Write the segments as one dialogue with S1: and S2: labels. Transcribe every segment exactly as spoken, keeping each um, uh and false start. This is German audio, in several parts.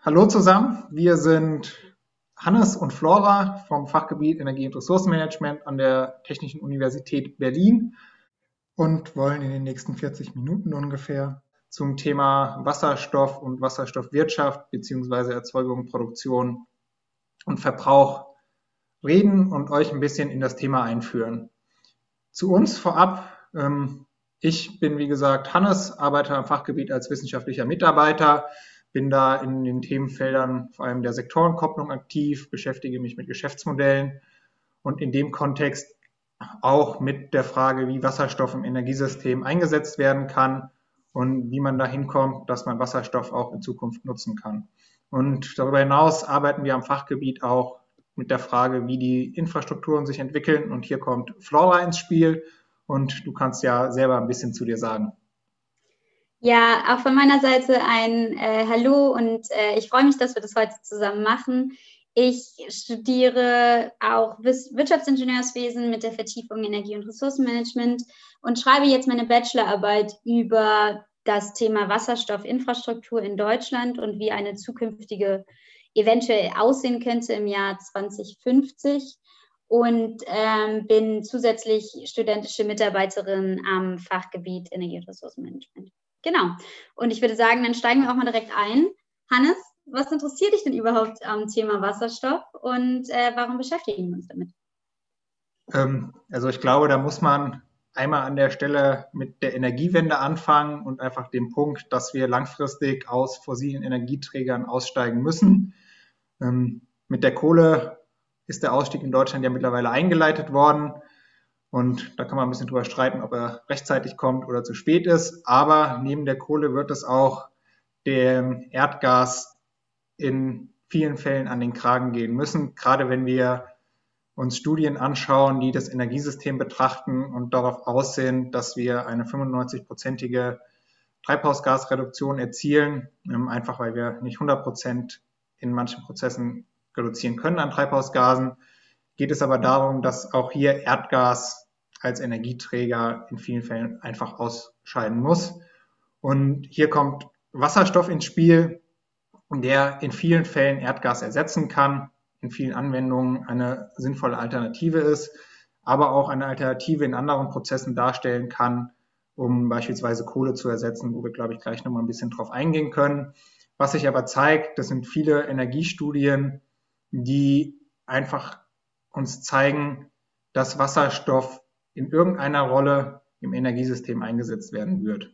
S1: Hallo zusammen, wir sind Hannes und Flora vom Fachgebiet Energie- und Ressourcenmanagement an der Technischen Universität Berlin und wollen in den nächsten vierzig Minuten ungefähr zum Thema Wasserstoff und Wasserstoffwirtschaft beziehungsweise Erzeugung, Produktion und Verbrauch reden und euch ein bisschen in das Thema einführen. Zu uns vorab, ähm, ich bin wie gesagt Hannes, arbeite am Fachgebiet als wissenschaftlicher Mitarbeiter, bin da in den Themenfeldern vor allem der Sektorenkopplung aktiv, beschäftige mich mit Geschäftsmodellen und in dem Kontext auch mit der Frage, wie Wasserstoff im Energiesystem eingesetzt werden kann und wie man dahin kommt, dass man Wasserstoff auch in Zukunft nutzen kann. Und darüber hinaus arbeiten wir am Fachgebiet auch mit der Frage, wie die Infrastrukturen sich entwickeln. Und hier kommt Flora ins Spiel und du kannst ja selber ein bisschen zu dir sagen.
S2: Ja, auch von meiner Seite ein äh, Hallo und äh, ich freue mich, dass wir das heute zusammen machen. Ich studiere auch Wirtschaftsingenieurswesen mit der Vertiefung Energie- und Ressourcenmanagement und schreibe jetzt meine Bachelorarbeit über das Thema Wasserstoffinfrastruktur in Deutschland und wie eine zukünftige eventuell aussehen könnte im Jahr zwanzig fünfzig. Und ähm, bin zusätzlich studentische Mitarbeiterin am Fachgebiet Energie- und Ressourcenmanagement. Genau. Und ich würde sagen, dann steigen wir auch mal direkt ein. Hannes, was interessiert dich denn überhaupt am Thema Wasserstoff und äh, warum beschäftigen wir uns damit?
S1: Ähm, also ich glaube, da muss man einmal an der Stelle mit der Energiewende anfangen und einfach dem Punkt, dass wir langfristig aus fossilen Energieträgern aussteigen müssen. Ähm, mit der Kohle ist der Ausstieg in Deutschland ja mittlerweile eingeleitet worden. Und da kann man ein bisschen drüber streiten, ob er rechtzeitig kommt oder zu spät ist. Aber neben der Kohle wird es auch dem Erdgas in vielen Fällen an den Kragen gehen müssen, gerade wenn wir uns Studien anschauen, die das Energiesystem betrachten und darauf aussehen, dass wir eine fünfundneunzig-prozentige Treibhausgasreduktion erzielen, einfach weil wir nicht hundert Prozent in manchen Prozessen reduzieren können an Treibhausgasen. Geht es aber darum, dass auch hier Erdgas als Energieträger in vielen Fällen einfach ausscheiden muss. Und hier kommt Wasserstoff ins Spiel, der in vielen Fällen Erdgas ersetzen kann, in vielen Anwendungen eine sinnvolle Alternative ist, aber auch eine Alternative in anderen Prozessen darstellen kann, um beispielsweise Kohle zu ersetzen, wo wir, glaube ich, gleich nochmal ein bisschen drauf eingehen können. Was sich aber zeigt, das sind viele Energiestudien, die einfach uns zeigen, dass Wasserstoff in irgendeiner Rolle im Energiesystem eingesetzt werden wird.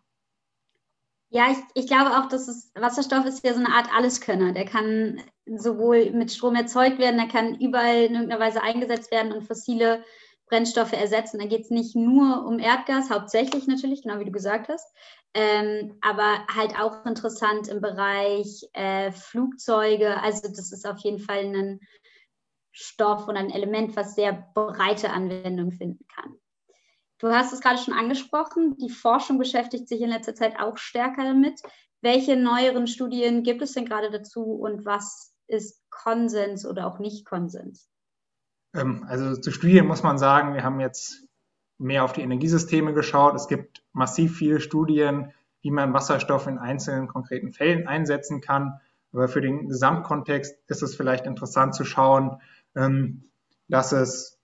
S2: Ja, ich, ich glaube auch, dass es, Wasserstoff ist ja so eine Art Alleskönner. Der kann sowohl mit Strom erzeugt werden, der kann überall in irgendeiner Weise eingesetzt werden und fossile Brennstoffe ersetzen. Da geht es nicht nur um Erdgas, hauptsächlich natürlich, genau wie du gesagt hast, ähm, aber halt auch interessant im Bereich äh, Flugzeuge. Also das ist auf jeden Fall ein Stoff und ein Element, was sehr breite Anwendung finden kann. Du hast es gerade schon angesprochen, die Forschung beschäftigt sich in letzter Zeit auch stärker damit. Welche neueren Studien gibt es denn gerade dazu und was ist Konsens oder auch nicht Konsens?
S1: Also zu Studien muss man sagen, wir haben jetzt mehr auf die Energiesysteme geschaut. Es gibt massiv viele Studien, wie man Wasserstoff in einzelnen konkreten Fällen einsetzen kann. Aber für den Gesamtkontext ist es vielleicht interessant zu schauen, dass es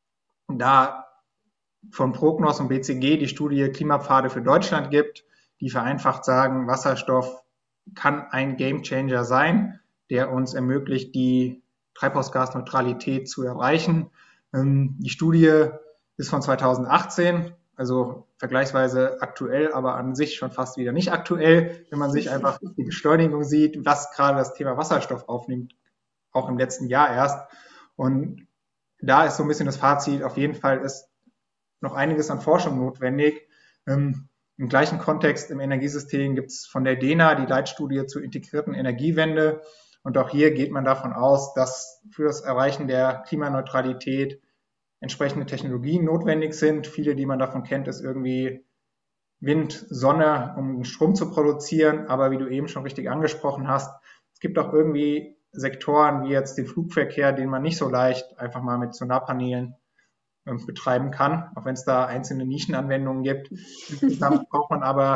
S1: da von Prognos und B C G die Studie Klimapfade für Deutschland gibt, die vereinfacht sagen, Wasserstoff kann ein Gamechanger sein, der uns ermöglicht, die Treibhausgasneutralität zu erreichen. Die Studie ist von zweitausendachtzehn, also vergleichsweise aktuell, aber an sich schon fast wieder nicht aktuell, wenn man sich einfach die Beschleunigung sieht, was gerade das Thema Wasserstoff aufnimmt, auch im letzten Jahr erst. Und da ist so ein bisschen das Fazit, auf jeden Fall ist noch einiges an Forschung notwendig. Ähm, Im gleichen Kontext im Energiesystem gibt es von der D E N A die Leitstudie zur integrierten Energiewende. Und auch hier geht man davon aus, dass für das Erreichen der Klimaneutralität entsprechende Technologien notwendig sind. Viele, die man davon kennt, ist irgendwie Wind, Sonne, um Strom zu produzieren. Aber wie du eben schon richtig angesprochen hast, es gibt auch irgendwie Sektoren wie jetzt den Flugverkehr, den man nicht so leicht einfach mal mit Solarpanelen betreiben kann, auch wenn es da einzelne Nischenanwendungen gibt. Insgesamt braucht man aber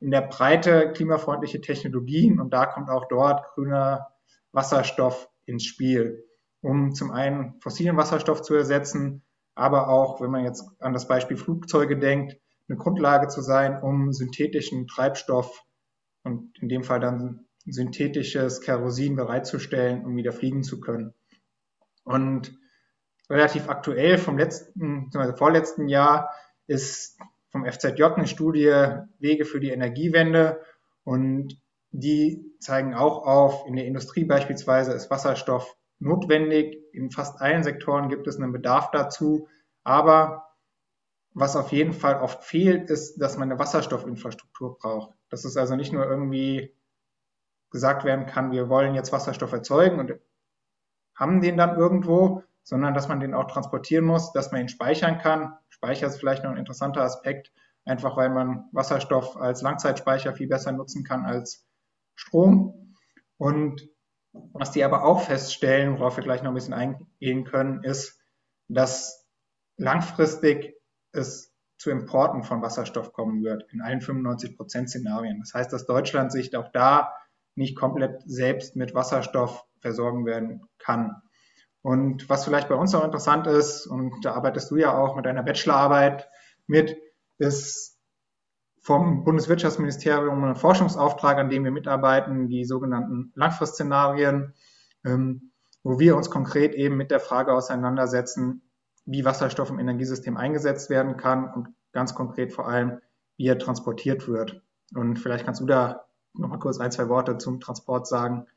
S1: in der Breite klimafreundliche Technologien und da kommt auch dort grüner Wasserstoff ins Spiel, um zum einen fossilen Wasserstoff zu ersetzen, aber auch, wenn man jetzt an das Beispiel Flugzeuge denkt, eine Grundlage zu sein, um synthetischen Treibstoff und in dem Fall dann synthetisches Kerosin bereitzustellen, um wieder fliegen zu können. Und relativ aktuell vom letzten, also vorletzten Jahr ist vom F Z J eine Studie Wege für die Energiewende und die zeigen auch auf, in der Industrie beispielsweise ist Wasserstoff notwendig. In fast allen Sektoren gibt es einen Bedarf dazu, aber was auf jeden Fall oft fehlt, ist, dass man eine Wasserstoffinfrastruktur braucht. Dass es also nicht nur irgendwie gesagt werden kann, wir wollen jetzt Wasserstoff erzeugen und haben den dann irgendwo, sondern dass man den auch transportieren muss, dass man ihn speichern kann. Speicher ist vielleicht noch ein interessanter Aspekt, einfach weil man Wasserstoff als Langzeitspeicher viel besser nutzen kann als Strom. Und was die aber auch feststellen, worauf wir gleich noch ein bisschen eingehen können, ist, dass langfristig es zu Importen von Wasserstoff kommen wird, in allen fünfundneunzig Prozent Szenarien. Das heißt, dass Deutschland sich auch da nicht komplett selbst mit Wasserstoff versorgen werden kann. Und was vielleicht bei uns auch interessant ist, und da arbeitest du ja auch mit deiner Bachelorarbeit mit, ist vom Bundeswirtschaftsministerium ein Forschungsauftrag, an dem wir mitarbeiten, die sogenannten Langfristszenarien, ähm, wo wir uns konkret eben mit der Frage auseinandersetzen, wie Wasserstoff im Energiesystem eingesetzt werden kann und ganz konkret vor allem, wie er transportiert wird. Und vielleicht kannst du da noch mal kurz ein, zwei Worte zum Transport sagen.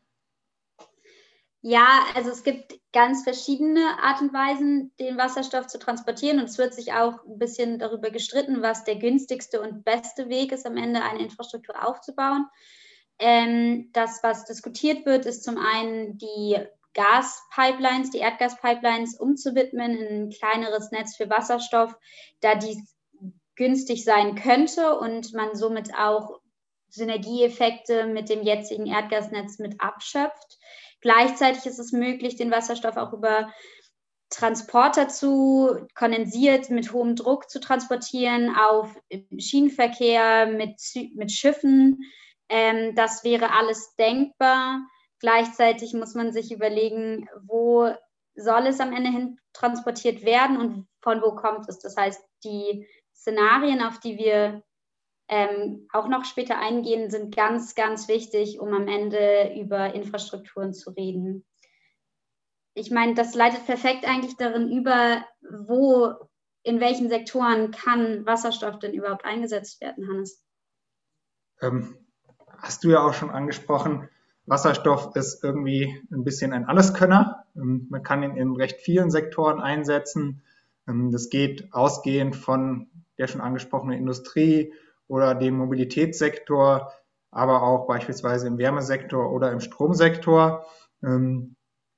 S2: Ja, also es gibt ganz verschiedene Art und Weisen, den Wasserstoff zu transportieren und es wird sich auch ein bisschen darüber gestritten, was der günstigste und beste Weg ist, am Ende eine Infrastruktur aufzubauen. Ähm, das, was diskutiert wird, ist zum einen die Gaspipelines, die Erdgaspipelines umzuwidmen in ein kleineres Netz für Wasserstoff, da dies günstig sein könnte und man somit auch Synergieeffekte mit dem jetzigen Erdgasnetz mit abschöpft. Gleichzeitig ist es möglich, den Wasserstoff auch über Transporter zu kondensiert mit hohem Druck zu transportieren auf Schienenverkehr mit, mit Schiffen. Ähm, das wäre alles denkbar. Gleichzeitig muss man sich überlegen, wo soll es am Ende hin transportiert werden und von wo kommt es. Das heißt, die Szenarien, auf die wir ähm, auch noch später eingehen, sind ganz, ganz wichtig, um am Ende über Infrastrukturen zu reden. Ich meine, das leitet perfekt eigentlich darin über, wo, in welchen Sektoren kann Wasserstoff denn überhaupt eingesetzt werden, Hannes?
S1: Ähm, hast du ja auch schon angesprochen, Wasserstoff ist irgendwie ein bisschen ein Alleskönner. Ähm, man kann ihn in recht vielen Sektoren einsetzen. Ähm, das geht ausgehend von der schon angesprochenen Industrie oder dem Mobilitätssektor, aber auch beispielsweise im Wärmesektor oder im Stromsektor. Ähm,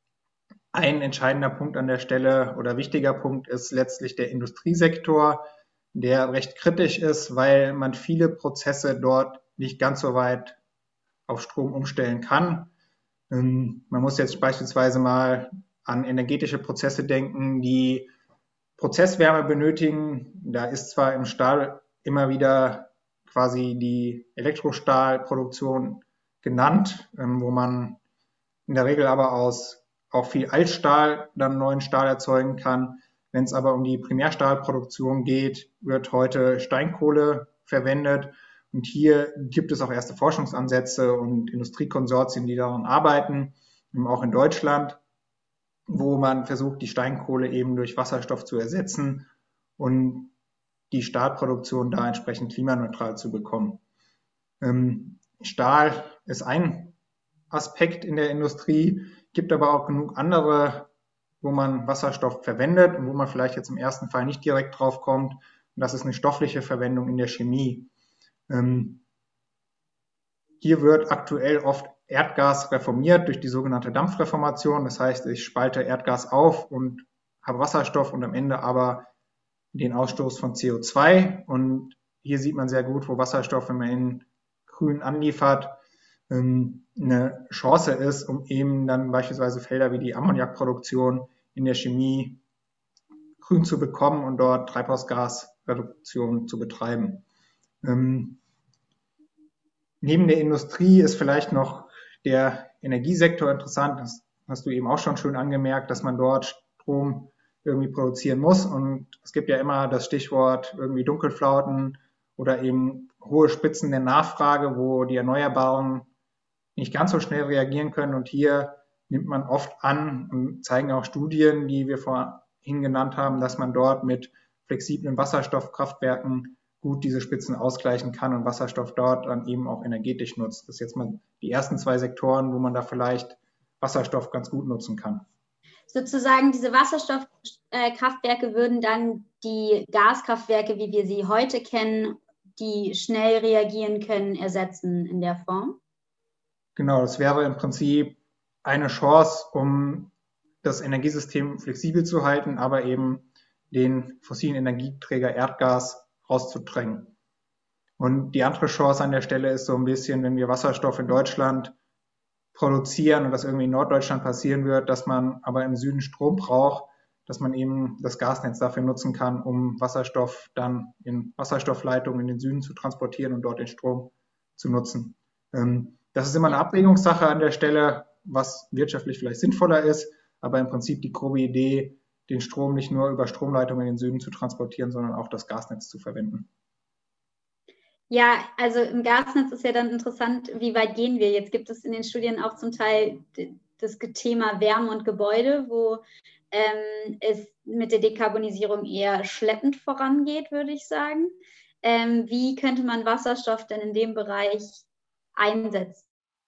S1: ein entscheidender Punkt an der Stelle oder wichtiger Punkt ist letztlich der Industriesektor, der recht kritisch ist, weil man viele Prozesse dort nicht ganz so weit auf Strom umstellen kann. Ähm, man muss jetzt beispielsweise mal an energetische Prozesse denken, die Prozesswärme benötigen. Da ist zwar im Stahl immer wieder quasi die Elektrostahlproduktion genannt, ähm, wo man in der Regel aber aus auch viel Altstahl dann neuen Stahl erzeugen kann. Wenn es aber um die Primärstahlproduktion geht, wird heute Steinkohle verwendet. Und hier gibt es auch erste Forschungsansätze und Industriekonsortien, die daran arbeiten, auch in Deutschland, wo man versucht, die Steinkohle eben durch Wasserstoff zu ersetzen und die Stahlproduktion da entsprechend klimaneutral zu bekommen. Ähm, Stahl ist ein Aspekt in der Industrie, gibt aber auch genug andere, wo man Wasserstoff verwendet und wo man vielleicht jetzt im ersten Fall nicht direkt drauf kommt. Und das ist eine stoffliche Verwendung in der Chemie. Ähm, hier wird aktuell oft Erdgas reformiert durch die sogenannte Dampfreformation. Das heißt, ich spalte Erdgas auf und habe Wasserstoff und am Ende aber den Ausstoß von C O zwei. Und hier sieht man sehr gut, wo Wasserstoff, wenn man ihn grün anliefert, eine Chance ist, um eben dann beispielsweise Felder wie die Ammoniakproduktion in der Chemie grün zu bekommen und dort Treibhausgasreduktion zu betreiben. Neben der Industrie ist vielleicht noch der Energiesektor interessant. Das hast du eben auch schon schön angemerkt, dass man dort Strom irgendwie produzieren muss. Und es gibt ja immer das Stichwort irgendwie Dunkelflauten oder eben hohe Spitzen der Nachfrage, wo die Erneuerbaren nicht ganz so schnell reagieren können. Und hier nimmt man oft an und zeigen auch Studien, die wir vorhin genannt haben, dass man dort mit flexiblen Wasserstoffkraftwerken gut diese Spitzen ausgleichen kann und Wasserstoff dort dann eben auch energetisch nutzt. Das ist jetzt mal die ersten zwei Sektoren, wo man da vielleicht Wasserstoff ganz gut nutzen kann.
S2: Sozusagen diese Wasserstoffkraftwerke würden dann die Gaskraftwerke, wie wir sie heute kennen, die schnell reagieren können, ersetzen in der Form?
S1: Genau, das wäre im Prinzip eine Chance, um das Energiesystem flexibel zu halten, aber eben den fossilen Energieträger Erdgas rauszudrängen. Und die andere Chance an der Stelle ist so ein bisschen, wenn wir Wasserstoff in Deutschland produzieren und das irgendwie in Norddeutschland passieren wird, dass man aber im Süden Strom braucht, dass man eben das Gasnetz dafür nutzen kann, um Wasserstoff dann in Wasserstoffleitungen in den Süden zu transportieren und dort den Strom zu nutzen. Das ist immer eine Abwägungssache an der Stelle, was wirtschaftlich vielleicht sinnvoller ist, aber im Prinzip die grobe Idee, den Strom nicht nur über Stromleitungen in den Süden zu transportieren, sondern auch das Gasnetz zu verwenden.
S2: Ja, also im Gasnetz ist ja dann interessant, wie weit gehen wir? Jetzt gibt es in den Studien auch zum Teil das Thema Wärme und Gebäude, wo ähm, es mit der Dekarbonisierung eher schleppend vorangeht, würde ich sagen. Ähm, wie könnte man Wasserstoff denn in dem Bereich einsetzen?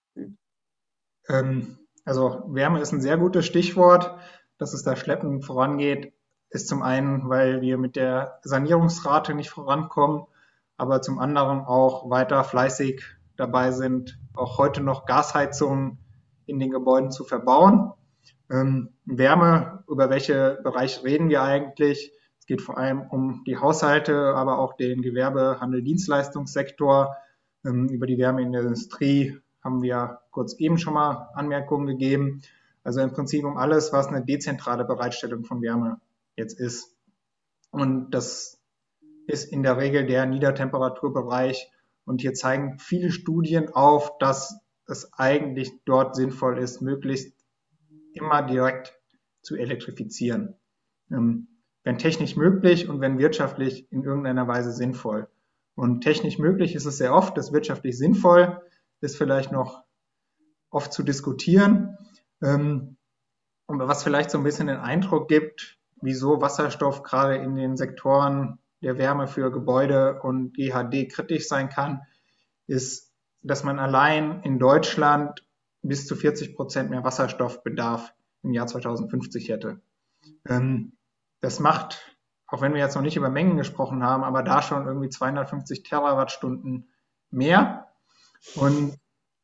S1: Ähm, also Wärme ist ein sehr gutes Stichwort. Dass es da schleppend vorangeht, ist zum einen, weil wir mit der Sanierungsrate nicht vorankommen, aber zum anderen auch weiter fleißig dabei sind, auch heute noch Gasheizungen in den Gebäuden zu verbauen. Ähm, Wärme, über welche Bereiche reden wir eigentlich? Es geht vor allem um die Haushalte, aber auch den Gewerbe-, Handel-, Dienstleistungssektor. Ähm, über die Wärme in der Industrie haben wir kurz eben schon mal Anmerkungen gegeben. Also im Prinzip um alles, was eine dezentrale Bereitstellung von Wärme jetzt ist. Und das ist in der Regel der Niedertemperaturbereich. Und hier zeigen viele Studien auf, dass es eigentlich dort sinnvoll ist, möglichst immer direkt zu elektrifizieren. Ähm, wenn technisch möglich und wenn wirtschaftlich in irgendeiner Weise sinnvoll. Und technisch möglich ist es sehr oft, das wirtschaftlich sinnvoll ist vielleicht noch oft zu diskutieren. Ähm, und was vielleicht so ein bisschen den Eindruck gibt, wieso Wasserstoff gerade in den Sektoren der Wärme für Gebäude und G H D kritisch sein kann, ist, dass man allein in Deutschland bis zu vierzig Prozent mehr Wasserstoffbedarf im Jahr zweitausendfünfzig hätte. Das macht, auch wenn wir jetzt noch nicht über Mengen gesprochen haben, aber da schon irgendwie zweihundertfünfzig Terawattstunden mehr. Und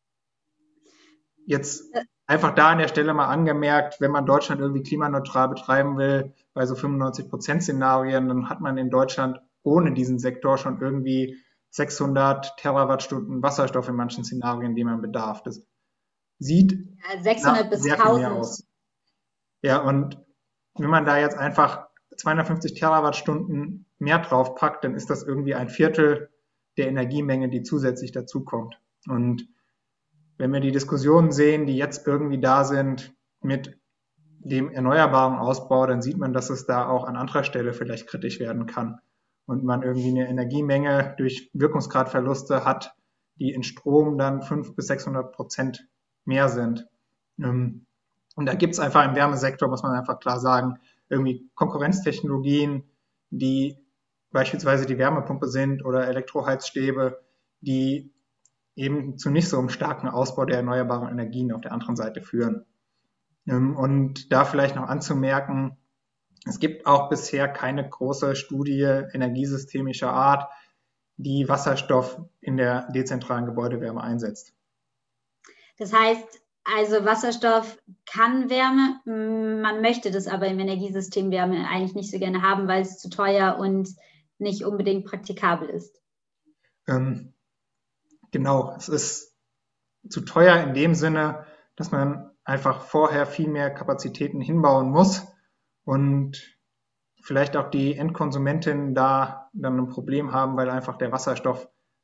S1: jetzt einfach da an der Stelle mal angemerkt, wenn man Deutschland irgendwie klimaneutral betreiben will, bei so fünfundneunzig Prozent Szenarien, dann hat man in Deutschland ohne diesen Sektor schon irgendwie sechshundert Terawattstunden Wasserstoff in manchen Szenarien, die man bedarf. Das sieht
S2: ja, sechshundert bis
S1: sehr viel mehr aus. Ja, und wenn man da jetzt einfach zweihundertfünfzig Terawattstunden mehr draufpackt, dann ist das irgendwie ein Viertel der Energiemenge, die zusätzlich dazukommt. Und wenn wir die Diskussionen sehen, die jetzt irgendwie da sind mit dem erneuerbaren Ausbau, dann sieht man, dass es da auch an anderer Stelle vielleicht kritisch werden kann und man irgendwie eine Energiemenge durch Wirkungsgradverluste hat, die in Strom dann fünfhundert bis sechshundert Prozent mehr sind. Und da gibt es einfach im Wärmesektor, muss man einfach klar sagen, irgendwie Konkurrenztechnologien, die beispielsweise die Wärmepumpe sind oder Elektroheizstäbe, die eben zu nicht so einem starken Ausbau der erneuerbaren Energien auf der anderen Seite führen. Und da vielleicht noch anzumerken, es gibt auch bisher keine große Studie energiesystemischer Art, die Wasserstoff in der dezentralen Gebäudewärme einsetzt.
S2: Das heißt, also Wasserstoff kann Wärme, man möchte das aber im Energiesystem Wärme eigentlich nicht so gerne haben, weil es zu teuer und nicht unbedingt praktikabel ist.
S1: Ähm, genau, es ist zu teuer in dem Sinne, dass man einfach vorher viel mehr Kapazitäten hinbauen muss und vielleicht auch die Endkonsumentinnen da dann ein Problem haben, weil einfach der Wasserstoff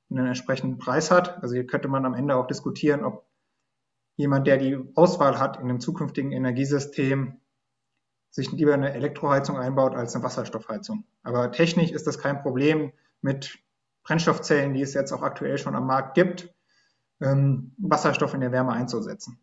S1: einen entsprechenden Preis hat. Also hier könnte man am Ende auch diskutieren, ob jemand, der die Auswahl hat in einem zukünftigen Energiesystem, sich lieber eine Elektroheizung einbaut als eine Wasserstoffheizung. Aber technisch ist das kein Problem mit Brennstoffzellen, die es jetzt auch aktuell schon am Markt gibt, ähm, Wasserstoff in der Wärme einzusetzen.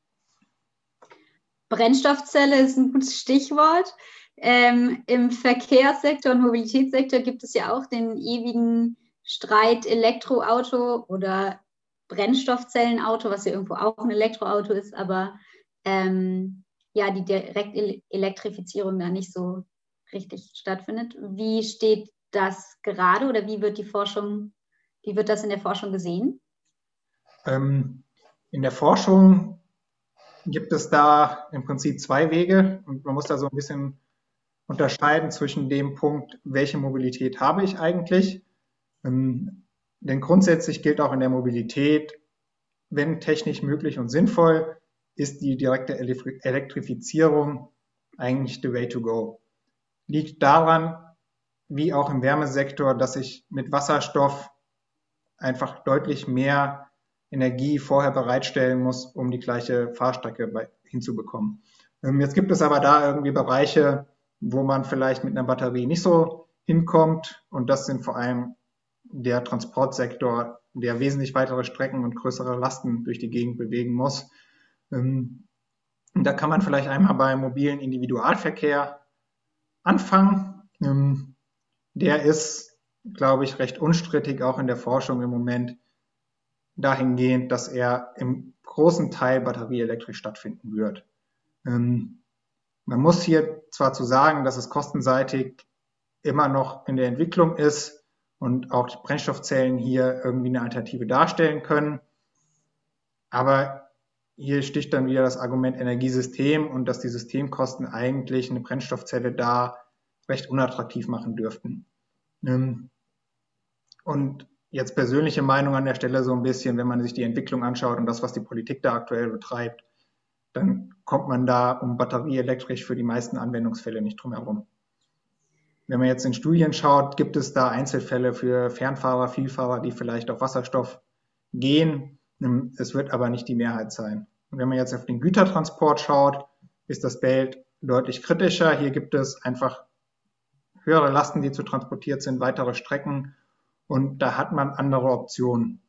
S2: Brennstoffzelle ist ein gutes Stichwort. Ähm, Im Verkehrssektor und Mobilitätssektor gibt es ja auch den ewigen Streit Elektroauto oder Brennstoffzellenauto, was ja irgendwo auch ein Elektroauto ist, aber ähm, ja, die Direktelektrifizierung da nicht so richtig stattfindet. Wie steht das gerade oder wie wird die Forschung, wie wird das in der Forschung gesehen?
S1: Ähm, in der Forschung gibt es da im Prinzip zwei Wege und man muss da so ein bisschen unterscheiden zwischen dem Punkt, welche Mobilität habe ich eigentlich. Ähm, denn grundsätzlich gilt auch in der Mobilität, wenn technisch möglich und sinnvoll, ist die direkte Elektrifizierung eigentlich the way to go. Liegt daran, wie auch im Wärmesektor, dass ich mit Wasserstoff einfach deutlich mehr Energie vorher bereitstellen muss, um die gleiche Fahrstrecke bei, hinzubekommen. Ähm, jetzt gibt es aber da irgendwie Bereiche, wo man vielleicht mit einer Batterie nicht so hinkommt und das sind vor allem der Transportsektor, der wesentlich weitere Strecken und größere Lasten durch die Gegend bewegen muss. Ähm, und da kann man vielleicht einmal beim mobilen Individualverkehr anfangen. Ähm, der ist, glaube ich, recht unstrittig, auch in der Forschung im Moment, dahingehend, dass er im großen Teil batterieelektrisch stattfinden wird. Ähm, man muss hier zwar zu sagen, dass es kostenseitig immer noch in der Entwicklung ist und auch die Brennstoffzellen hier irgendwie eine Alternative darstellen können, aber hier sticht dann wieder das Argument Energiesystem und dass die Systemkosten eigentlich eine Brennstoffzelle da recht unattraktiv machen dürften. Ähm, und jetzt persönliche Meinung an der Stelle so ein bisschen, wenn man sich die Entwicklung anschaut und das, was die Politik da aktuell betreibt, dann kommt man da um batterieelektrisch für die meisten Anwendungsfälle nicht drum herum. Wenn man jetzt in Studien schaut, gibt es da Einzelfälle für Fernfahrer, Vielfahrer, die vielleicht auf Wasserstoff gehen. Es wird aber nicht die Mehrheit sein. Und wenn man jetzt auf den Gütertransport schaut, ist das Bild deutlich kritischer. Hier gibt es einfach höhere Lasten, die zu transportiert sind, weitere Strecken und da hat man andere Optionen.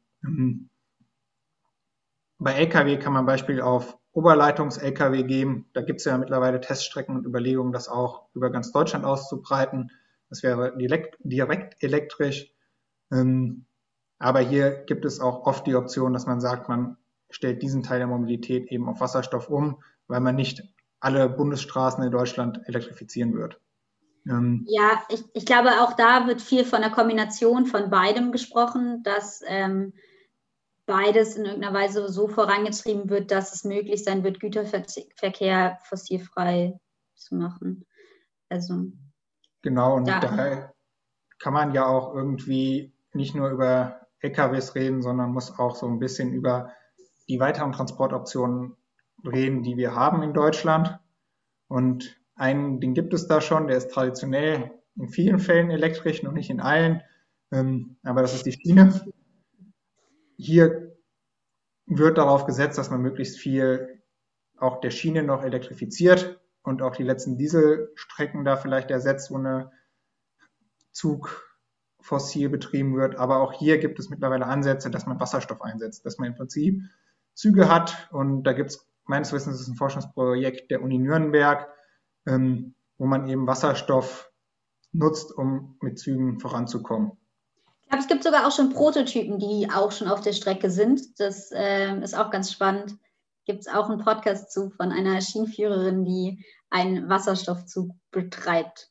S1: Bei L K W kann man Beispiel auf Oberleitungs-L K W geben. Da gibt es ja mittlerweile Teststrecken und Überlegungen, das auch über ganz Deutschland auszubreiten. Das wäre direkt, direkt elektrisch. Aber hier gibt es auch oft die Option, dass man sagt, man stellt diesen Teil der Mobilität eben auf Wasserstoff um, weil man nicht alle Bundesstraßen in Deutschland elektrifizieren wird.
S2: Ja, ich, ich glaube, auch da wird viel von der Kombination von beidem gesprochen, dass ähm, beides in irgendeiner Weise so vorangetrieben wird, dass es möglich sein wird, Güterverkehr fossilfrei zu machen. Also
S1: genau, und da. daher kann man ja auch irgendwie nicht nur über L K Ws reden, sondern muss auch so ein bisschen über die weiteren Transportoptionen reden, die wir haben in Deutschland. Und einen, den gibt es da schon, der ist traditionell in vielen Fällen elektrisch, noch nicht in allen, ähm, aber das ist die Schiene. Hier wird darauf gesetzt, dass man möglichst viel auch der Schiene noch elektrifiziert und auch die letzten Dieselstrecken da vielleicht ersetzt, wo eine Zug fossil betrieben wird. Aber auch hier gibt es mittlerweile Ansätze, dass man Wasserstoff einsetzt, dass man im Prinzip Züge hat und da gibt es meines Wissens ist ein Forschungsprojekt der Uni Nürnberg, ähm, wo man eben Wasserstoff nutzt, um mit Zügen voranzukommen.
S2: Ich glaube, es gibt sogar auch schon Prototypen, die auch schon auf der Strecke sind. Das äh, ist auch ganz spannend. Gibt es auch einen Podcast zu von einer Schienenführerin, die einen Wasserstoffzug betreibt.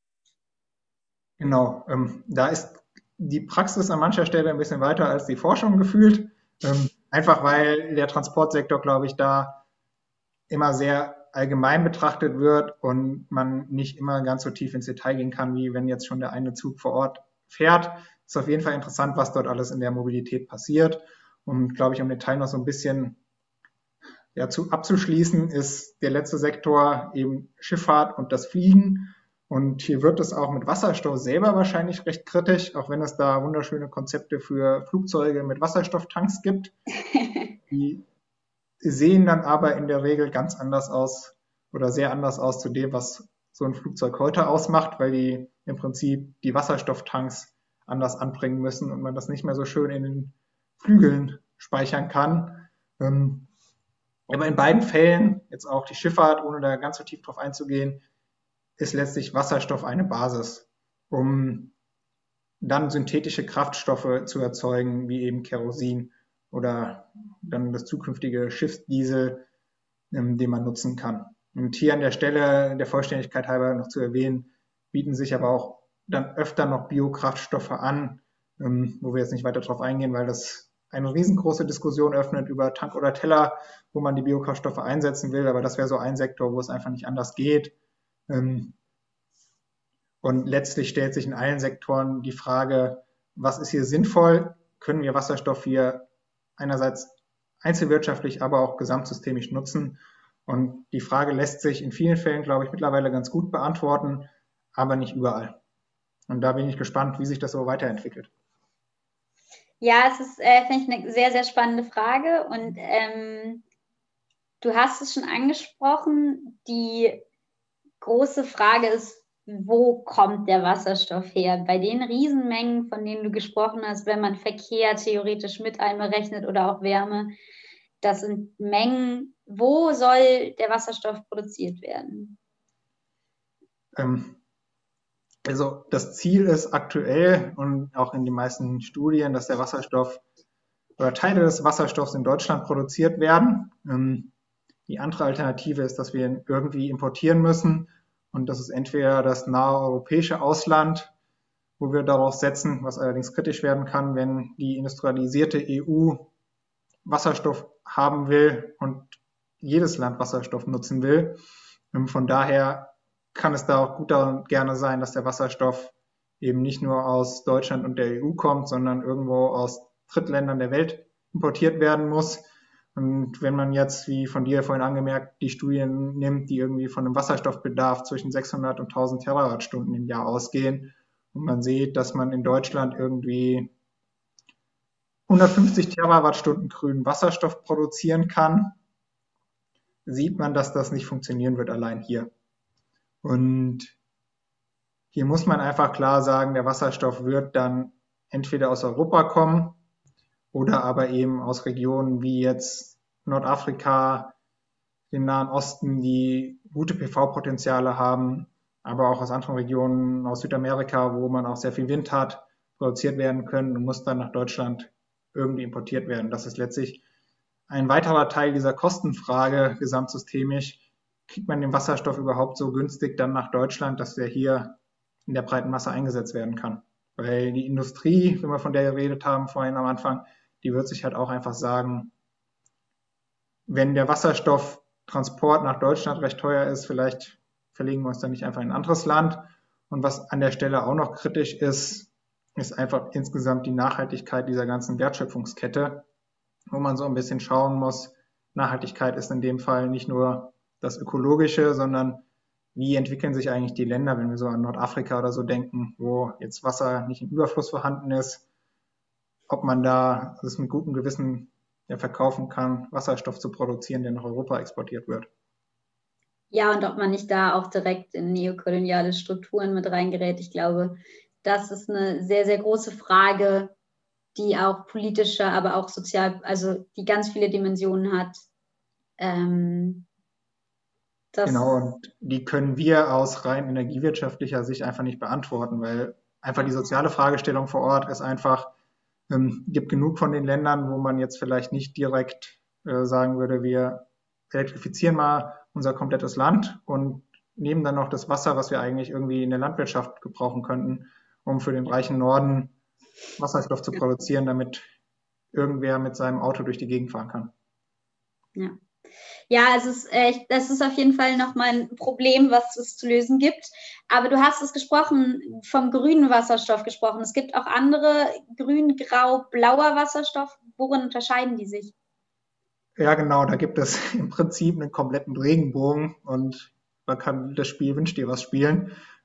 S1: Genau, ähm, da ist die Praxis an mancher Stelle ein bisschen weiter als die Forschung gefühlt. Ähm, einfach weil der Transportsektor, glaube ich, da immer sehr allgemein betrachtet wird und man nicht immer ganz so tief ins Detail gehen kann, wie wenn jetzt schon der eine Zug vor Ort fährt. Ist auf jeden Fall interessant, was dort alles in der Mobilität passiert. Und glaube ich, um den Teil noch so ein bisschen ja, zu, abzuschließen, ist der letzte Sektor eben Schifffahrt und das Fliegen. Und hier wird es auch mit Wasserstoff selber wahrscheinlich recht kritisch, auch wenn es da wunderschöne Konzepte für Flugzeuge mit Wasserstofftanks gibt. Die sehen dann aber in der Regel ganz anders aus oder sehr anders aus zu dem, was so ein Flugzeug heute ausmacht, weil die im Prinzip die Wasserstofftanks anders anbringen müssen und man das nicht mehr so schön in den Flügeln speichern kann. Ähm, aber in beiden Fällen, jetzt auch die Schifffahrt, ohne da ganz so tief drauf einzugehen, ist letztlich Wasserstoff eine Basis, um dann synthetische Kraftstoffe zu erzeugen, wie eben Kerosin oder dann das zukünftige Schiffsdiesel, ähm, den man nutzen kann. Und hier an der Stelle, der Vollständigkeit halber noch zu erwähnen, bieten sich aber auch dann öfter noch Biokraftstoffe an, ähm, wo wir jetzt nicht weiter drauf eingehen, weil das eine riesengroße Diskussion öffnet über Tank oder Teller, wo man die Biokraftstoffe einsetzen will, aber das wäre so ein Sektor, wo es einfach nicht anders geht. Ähm, und letztlich stellt sich in allen Sektoren die Frage, was ist hier sinnvoll? Können wir Wasserstoff hier einerseits einzelwirtschaftlich, aber auch gesamtsystemisch nutzen? Und die Frage lässt sich in vielen Fällen, glaube ich, mittlerweile ganz gut beantworten, aber nicht überall. Und da bin ich gespannt, wie sich das so weiterentwickelt.
S2: Ja, es ist, äh, finde ich, eine sehr, sehr spannende Frage. Und ähm, du hast es schon angesprochen, die große Frage ist, wo kommt der Wasserstoff her? Bei den Riesenmengen, von denen du gesprochen hast, wenn man Verkehr theoretisch mit einberechnet oder auch Wärme, das sind Mengen. Wo soll der Wasserstoff produziert werden?
S1: Ähm, also das Ziel ist aktuell und auch in den meisten Studien, dass der Wasserstoff oder Teile des Wasserstoffs in Deutschland produziert werden. Ähm, die andere Alternative ist, dass wir ihn irgendwie importieren müssen. Und das ist entweder das nahe europäische Ausland, wo wir darauf setzen, was allerdings kritisch werden kann, wenn die industrialisierte E U Wasserstoff haben will und jedes Land Wasserstoff nutzen will. Von daher kann es da auch gut und gerne sein, dass der Wasserstoff eben nicht nur aus Deutschland und der E U kommt, sondern irgendwo aus Drittländern der Welt importiert werden muss. Und wenn man jetzt, wie von dir vorhin angemerkt, die Studien nimmt, die irgendwie von einem Wasserstoffbedarf zwischen sechshundert und tausend Terawattstunden im Jahr ausgehen, und man sieht, dass man in Deutschland irgendwie hundertfünfzig Terawattstunden grünen Wasserstoff produzieren kann, sieht man, dass das nicht funktionieren wird allein hier. Und hier muss man einfach klar sagen, der Wasserstoff wird dann entweder aus Europa kommen oder aber eben aus Regionen wie jetzt Nordafrika, dem Nahen Osten, die gute P V-Potenziale haben, aber auch aus anderen Regionen, aus Südamerika, wo man auch sehr viel Wind hat, produziert werden können und muss dann nach Deutschland irgendwie importiert werden. Das ist letztlich ein weiterer Teil dieser Kostenfrage gesamtsystemisch. Kriegt man den Wasserstoff überhaupt so günstig dann nach Deutschland, dass der hier in der breiten Masse eingesetzt werden kann? Weil die Industrie, wenn wir von der geredet haben vorhin am Anfang, die wird sich halt auch einfach sagen, wenn der Wasserstofftransport nach Deutschland recht teuer ist, vielleicht verlegen wir uns dann nicht einfach in ein anderes Land. Und was an der Stelle auch noch kritisch ist, ist einfach insgesamt die Nachhaltigkeit dieser ganzen Wertschöpfungskette, wo man so ein bisschen schauen muss. Nachhaltigkeit ist in dem Fall nicht nur das Ökologische, sondern wie entwickeln sich eigentlich die Länder, wenn wir so an Nordafrika oder so denken, wo jetzt Wasser nicht im Überfluss vorhanden ist, ob man da das mit gutem Gewissen ja, verkaufen kann, Wasserstoff zu produzieren, der nach Europa exportiert wird.
S2: Ja, und ob man nicht da auch direkt in neokoloniale Strukturen mit reingerät. Ich glaube, das ist eine sehr, sehr große Frage, die auch politische, aber auch sozial, also die ganz viele Dimensionen hat. Ähm,
S1: genau, und die können wir aus rein energiewirtschaftlicher Sicht einfach nicht beantworten, weil einfach die soziale Fragestellung vor Ort ist einfach, ähm, gibt genug von den Ländern, wo man jetzt vielleicht nicht direkt äh, sagen würde, wir elektrifizieren mal unser komplettes Land und nehmen dann noch das Wasser, was wir eigentlich irgendwie in der Landwirtschaft gebrauchen könnten, um für den reichen Norden Wasserstoff zu produzieren, damit irgendwer mit seinem Auto durch die Gegend fahren kann.
S2: Ja. Ja, es ist, äh, das ist auf jeden Fall nochmal ein Problem, was es zu lösen gibt. Aber du hast es gesprochen, vom grünen Wasserstoff gesprochen. Es gibt auch andere grün, grau, blauer Wasserstoff. Worin unterscheiden die sich?
S1: Ja, genau, da gibt es im Prinzip einen kompletten Regenbogen und man kann das Spiel Wünsch dir was spielen.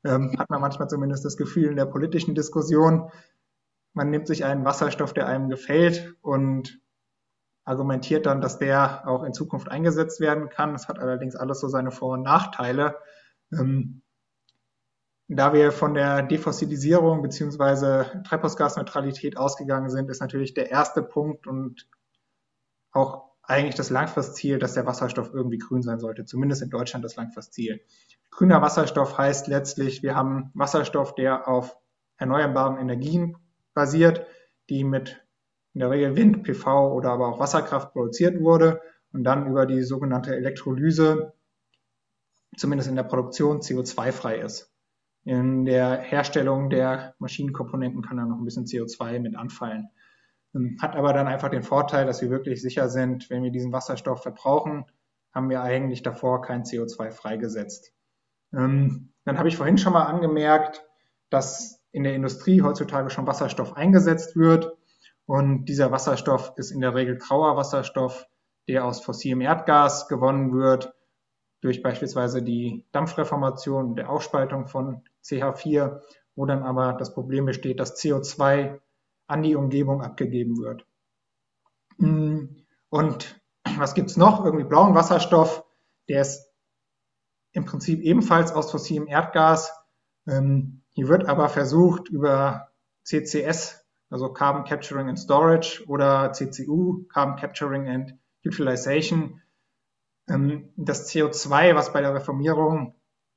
S1: Ähm, hat man manchmal zumindest das Gefühl in der politischen Diskussion. Man nimmt sich einen Wasserstoff, der einem gefällt und argumentiert dann, dass der auch in Zukunft eingesetzt werden kann. Das hat allerdings alles so seine Vor- und Nachteile. Ähm, da wir von der Defossilisierung bzw. Treibhausgasneutralität ausgegangen sind, ist natürlich der erste Punkt und auch eigentlich das Langfristziel, dass der Wasserstoff irgendwie grün sein sollte, zumindest in Deutschland das Langfristziel. Grüner Wasserstoff heißt letztlich, wir haben Wasserstoff, der auf erneuerbaren Energien basiert, die mit in der Regel Wind, P V oder aber auch Wasserkraft produziert wurde und dann über die sogenannte Elektrolyse, zumindest in der Produktion, C O zwei frei ist. In der Herstellung der Maschinenkomponenten kann dann noch ein bisschen C O zwei mit anfallen. Hat aber dann einfach den Vorteil, dass wir wirklich sicher sind, wenn wir diesen Wasserstoff verbrauchen, haben wir eigentlich davor kein C O zwei freigesetzt. Ähm, dann habe ich vorhin schon mal angemerkt, dass in der Industrie heutzutage schon Wasserstoff eingesetzt wird. Und dieser Wasserstoff ist in der Regel grauer Wasserstoff, der aus fossilem Erdgas gewonnen wird, durch beispielsweise die Dampfreformation, der Aufspaltung von C H vier, wo dann aber das Problem besteht, dass C O zwei an die Umgebung abgegeben wird. Und was gibt es noch? Irgendwie blauen Wasserstoff, der ist im Prinzip ebenfalls aus fossilem Erdgas. Hier wird aber versucht, über C C S, also Carbon Capturing and Storage, oder C C U, Carbon Capturing and Utilization, das C O zwei, was bei der Reformierung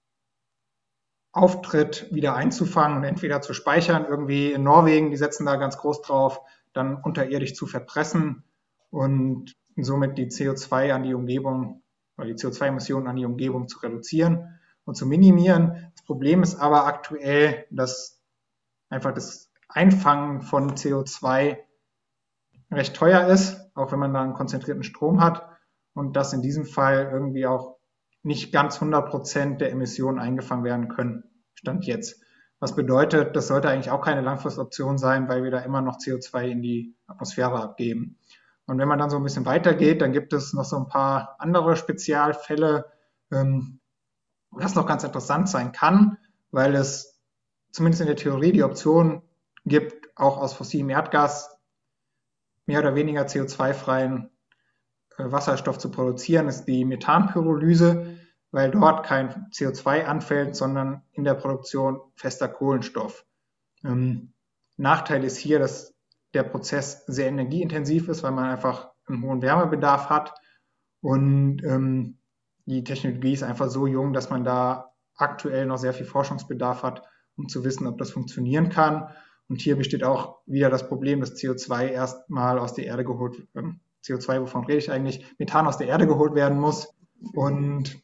S1: auftritt, wieder einzufangen und entweder zu speichern, irgendwie in Norwegen, die setzen da ganz groß drauf, dann unterirdisch zu verpressen und somit die C O zwei an die Umgebung oder die C O zwei Emissionen an die Umgebung zu reduzieren und zu minimieren. Das Problem ist aber aktuell, dass einfach das Einfangen von C O zwei recht teuer ist, auch wenn man da einen konzentrierten Strom hat und dass in diesem Fall irgendwie auch nicht ganz hundert Prozent der Emissionen eingefangen werden können, Stand jetzt. Was bedeutet, das sollte eigentlich auch keine Langfristoption sein, weil wir da immer noch C O zwei in die Atmosphäre abgeben. Und wenn man dann so ein bisschen weitergeht, dann gibt es noch so ein paar andere Spezialfälle, was noch ganz interessant sein kann, weil es zumindest in der Theorie die Option gibt, auch aus fossilem Erdgas mehr oder weniger C O zwei freien Wasserstoff zu produzieren, ist die Methanpyrolyse, weil dort kein C O zwei anfällt, sondern in der Produktion fester Kohlenstoff. Ähm, Nachteil ist hier, dass der Prozess sehr energieintensiv ist, weil man einfach einen hohen Wärmebedarf hat und ähm, die Technologie ist einfach so jung, dass man da aktuell noch sehr viel Forschungsbedarf hat, um zu wissen, ob das funktionieren kann. Und hier besteht auch wieder das Problem, dass C O zwei erstmal aus der Erde geholt wird. Ähm, C O zwei, wovon rede ich eigentlich? Methan aus der Erde geholt werden muss und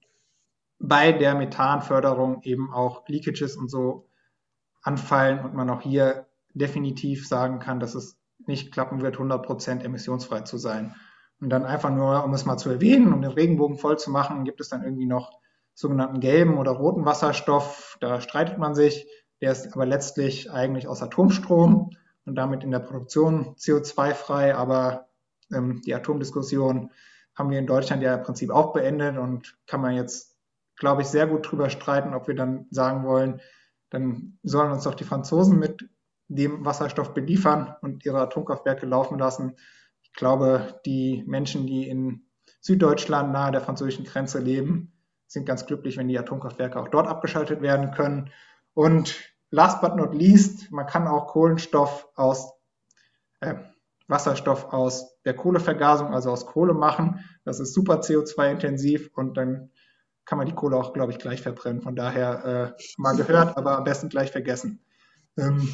S1: bei der Methanförderung eben auch Leakages und so anfallen und man auch hier definitiv sagen kann, dass es nicht klappen wird, hundert Prozent emissionsfrei zu sein. Und dann einfach nur, um es mal zu erwähnen, um den Regenbogen voll zu machen, gibt es dann irgendwie noch sogenannten gelben oder roten Wasserstoff. Da streitet man sich. Der ist aber letztlich eigentlich aus Atomstrom und damit in der Produktion C O zwei frei, aber ähm, die Atomdiskussion haben wir in Deutschland ja im Prinzip auch beendet und kann man jetzt, glaube ich, sehr gut drüber streiten, ob wir dann sagen wollen, dann sollen uns doch die Franzosen mit dem Wasserstoff beliefern und ihre Atomkraftwerke laufen lassen. Ich glaube, die Menschen, die in Süddeutschland nahe der französischen Grenze leben, sind ganz glücklich, wenn die Atomkraftwerke auch dort abgeschaltet werden können. Und last but not least, man kann auch Kohlenstoff aus äh, Wasserstoff aus der Kohlevergasung, also aus Kohle machen. Das ist super C O zwei intensiv und dann kann man die Kohle auch, glaube ich, gleich verbrennen. Von daher äh, mal gehört, aber am besten gleich vergessen. Ähm,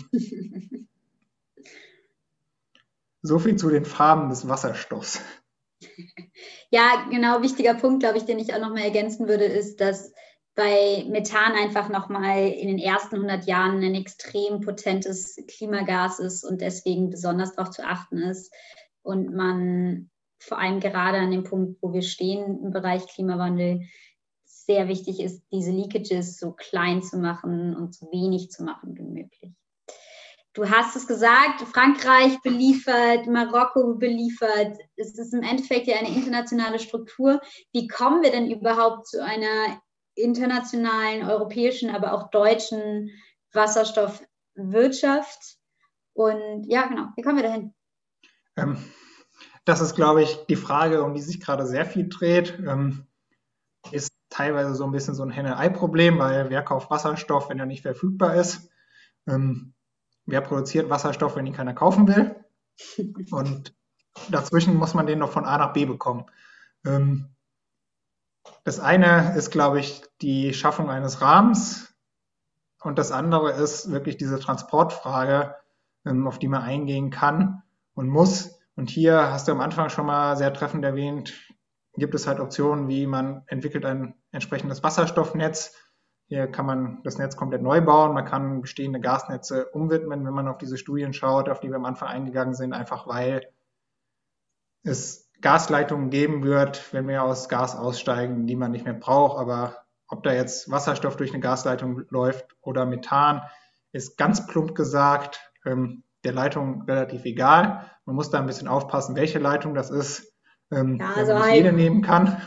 S1: so viel zu den Farben des Wasserstoffs.
S2: Ja, genau, wichtiger Punkt, glaube ich, den ich auch nochmal ergänzen würde, ist, dass bei Methan einfach nochmal in den ersten hundert Jahren ein extrem potentes Klimagas ist und deswegen besonders darauf zu achten ist. Und man vor allem gerade an dem Punkt, wo wir stehen im Bereich Klimawandel, sehr wichtig ist, diese Leakages so klein zu machen und so wenig zu machen wie möglich. Du hast es gesagt, Frankreich beliefert, Marokko beliefert. Es ist im Endeffekt ja eine internationale Struktur. Wie kommen wir denn überhaupt zu einer internationalen, europäischen, aber auch deutschen Wasserstoffwirtschaft. Und ja, genau, wie kommen wir dahin?
S1: Ähm, das ist, glaube ich, die Frage, um die sich gerade sehr viel dreht. Ähm, ist teilweise so ein bisschen so ein Henne-Ei-Problem, weil wer kauft Wasserstoff, wenn er nicht verfügbar ist? Ähm, wer produziert Wasserstoff, wenn ihn keiner kaufen will? Und dazwischen muss man den noch von A nach B bekommen. Ähm, das eine ist, glaube ich, die Schaffung eines Rahmens und das andere ist wirklich diese Transportfrage, ähm, auf die man eingehen kann und muss. Und hier hast du am Anfang schon mal sehr treffend erwähnt, gibt es halt Optionen, wie man entwickelt ein entsprechendes Wasserstoffnetz. Hier kann man das Netz komplett neu bauen. Man kann bestehende Gasnetze umwidmen, wenn man auf diese Studien schaut, auf die wir am Anfang eingegangen sind, einfach weil es Gasleitungen geben wird, wenn wir aus Gas aussteigen, die man nicht mehr braucht. Aber ob da jetzt Wasserstoff durch eine Gasleitung läuft oder Methan, ist ganz plump gesagt ähm, der Leitung relativ egal. Man muss da ein bisschen aufpassen, welche Leitung das ist, ähm,
S2: Ja,
S1: weil
S2: also
S1: man nicht jede nehmen kann.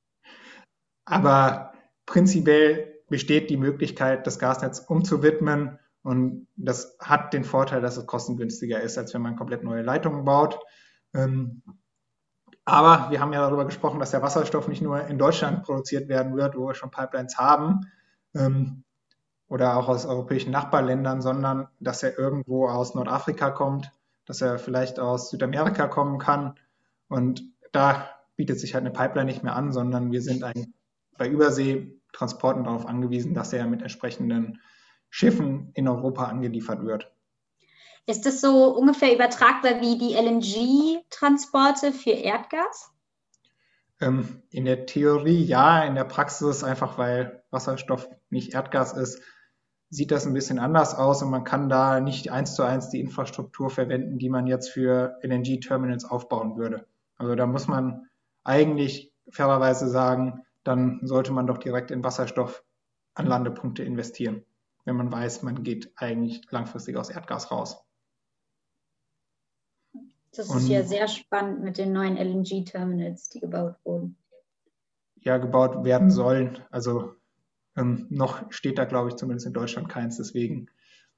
S1: Aber prinzipiell besteht die Möglichkeit, das Gasnetz umzuwidmen. Und das hat den Vorteil, dass es kostengünstiger ist, als wenn man komplett neue Leitungen baut. Ähm, aber wir haben ja darüber gesprochen, dass der Wasserstoff nicht nur in Deutschland produziert werden wird, wo wir schon Pipelines haben, ähm, oder auch aus europäischen Nachbarländern, sondern dass er irgendwo aus Nordafrika kommt, dass er vielleicht aus Südamerika kommen kann. Und da bietet sich halt eine Pipeline nicht mehr an, sondern wir sind ein, bei Überseetransporten darauf angewiesen, dass er mit entsprechenden Schiffen in Europa angeliefert wird.
S2: Ist das so ungefähr übertragbar wie die L N G-Transporte für Erdgas?
S1: Ähm, in der Theorie ja, in der Praxis, einfach weil Wasserstoff nicht Erdgas ist, sieht das ein bisschen anders aus und man kann da nicht eins zu eins die Infrastruktur verwenden, die man jetzt für L N G-Terminals aufbauen würde. Also da muss man eigentlich fairerweise sagen, dann sollte man doch direkt in Wasserstoff an Landepunkte investieren, wenn man weiß, man geht eigentlich langfristig aus Erdgas raus.
S2: Das ist
S1: Und
S2: ja sehr spannend mit den neuen L N G-Terminals, die gebaut wurden.
S1: Ja, gebaut werden sollen. Also ähm, noch steht da, glaube ich, zumindest in Deutschland keins. Deswegen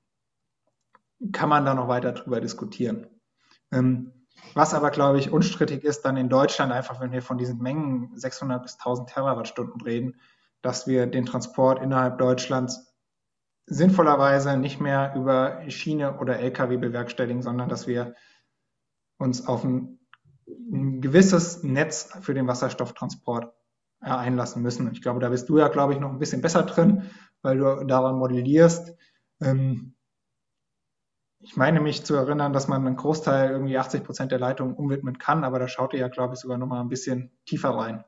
S1: kann man da noch weiter drüber diskutieren. Ähm, was aber, glaube ich, unstrittig ist dann in Deutschland, einfach wenn wir von diesen Mengen sechshundert bis tausend Terawattstunden reden, dass wir den Transport innerhalb Deutschlands sinnvollerweise nicht mehr über Schiene oder L K W bewerkstelligen, sondern dass wir uns auf ein, ein gewisses Netz für den Wasserstofftransport einlassen müssen. Ich glaube, da bist du ja, glaube ich, noch ein bisschen besser drin, weil du daran modellierst. Ähm, ich meine mich zu erinnern, dass man einen Großteil, irgendwie achtzig Prozent der Leitungen umwidmen kann, aber da schaut ihr ja, glaube ich, sogar noch mal ein bisschen tiefer rein.